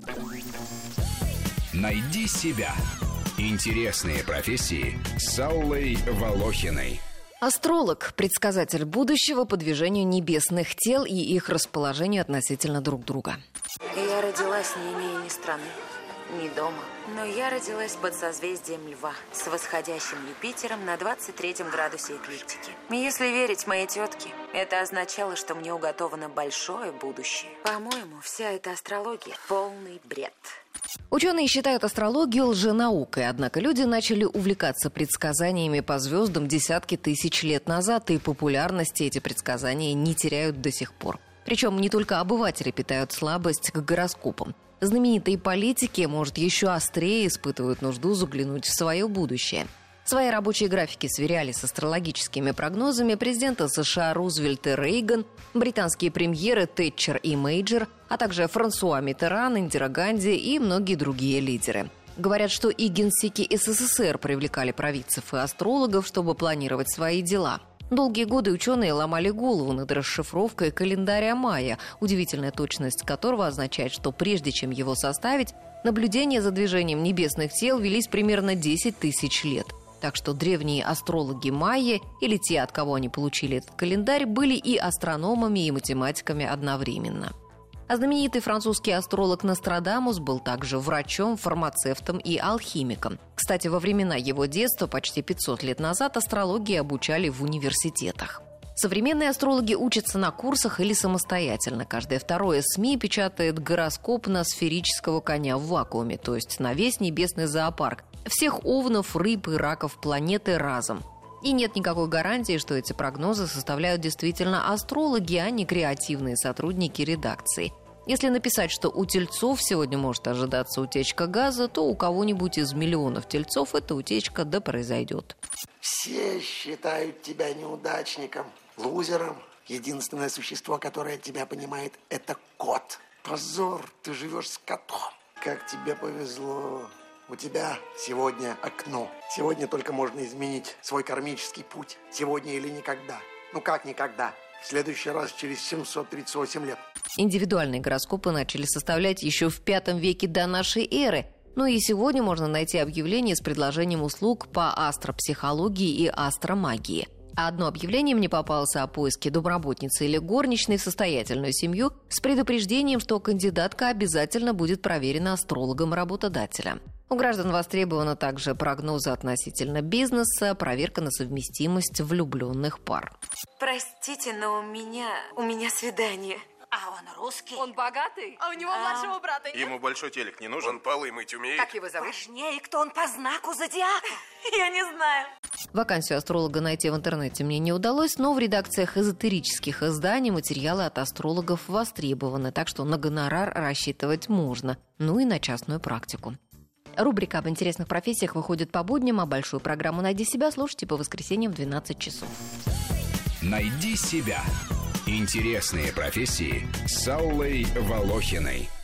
Найди себя. Интересные профессии с Аллой Волохиной. Астролог – предсказатель будущего по движению небесных тел и их расположению относительно друг друга. Я родилась, не имея ни страны, ни дома. Но я родилась под созвездием Льва с восходящим Юпитером на 23 градусе эклиптики. Если верить моей тетке, это означало, что мне уготовано большое будущее. По-моему, вся эта астрология – полный бред. Ученые считают астрологию лженаукой, однако люди начали увлекаться предсказаниями по звездам десятки тысяч лет назад, и популярности эти предсказания не теряют до сих пор. Причем не только обыватели питают слабость к гороскопам. Знаменитые политики, может, еще острее испытывают нужду заглянуть в свое будущее. Свои рабочие графики сверяли с астрологическими прогнозами президента США Рузвельт и Рейган, британские премьеры Тэтчер и Мейджор, а также Франсуа Миттеран, Индира Ганди и многие другие лидеры. Говорят, что и генсеки СССР привлекали провидцев и астрологов, чтобы планировать свои дела. Долгие годы ученые ломали голову над расшифровкой календаря майя, удивительная точность которого означает, что прежде чем его составить, наблюдения за движением небесных тел велись примерно 10 тысяч лет. Так что древние астрологи майя, или те, от кого они получили этот календарь, были и астрономами, и математиками одновременно. А знаменитый французский астролог Нострадамус был также врачом, фармацевтом и алхимиком. Кстати, во времена его детства, почти 500 лет назад, астрологии обучали в университетах. Современные астрологи учатся на курсах или самостоятельно. Каждое второе СМИ печатает гороскоп на сферического коня в вакууме, то есть на весь небесный зоопарк. Всех овнов, рыб и раков планеты разом. И нет никакой гарантии, что эти прогнозы составляют действительно астрологи, а не креативные сотрудники редакции. Если написать, что у тельцов сегодня может ожидаться утечка газа, то у кого-нибудь из миллионов тельцов эта утечка да произойдет. Все считают тебя неудачником, лузером. Единственное существо, которое тебя понимает, это кот. Позор, ты живешь с котом. Как тебе повезло. У тебя сегодня окно. Сегодня только можно изменить свой кармический путь. Сегодня или никогда. Ну как никогда? В следующий раз через 738 лет. Индивидуальные гороскопы начали составлять еще в V веке до нашей эры. Ну и сегодня можно найти объявление с предложением услуг по астропсихологии и астромагии. А одно объявление мне попалось о поиске домработницы или горничной в состоятельную семью с предупреждением, что кандидатка обязательно будет проверена астрологом работодателя. У граждан востребованы также прогнозы относительно бизнеса, проверка на совместимость влюбленных пар. Простите, но у меня свидание. А он русский? Он богатый? А у него младшего брата нет? Ему большой телек не нужен, он полы мыть умеет. Как его зовут? Важнее, кто он по знаку зодиака. Я не знаю. Вакансию астролога найти в интернете мне не удалось, но в редакциях эзотерических изданий материалы от астрологов востребованы, так что на гонорар рассчитывать можно, ну и на частную практику. Рубрика об интересных профессиях выходит по будням, а большую программу «Найди себя» слушайте по воскресеньям в 12 часов. Найди себя. Интересные профессии с Аллой Волохиной.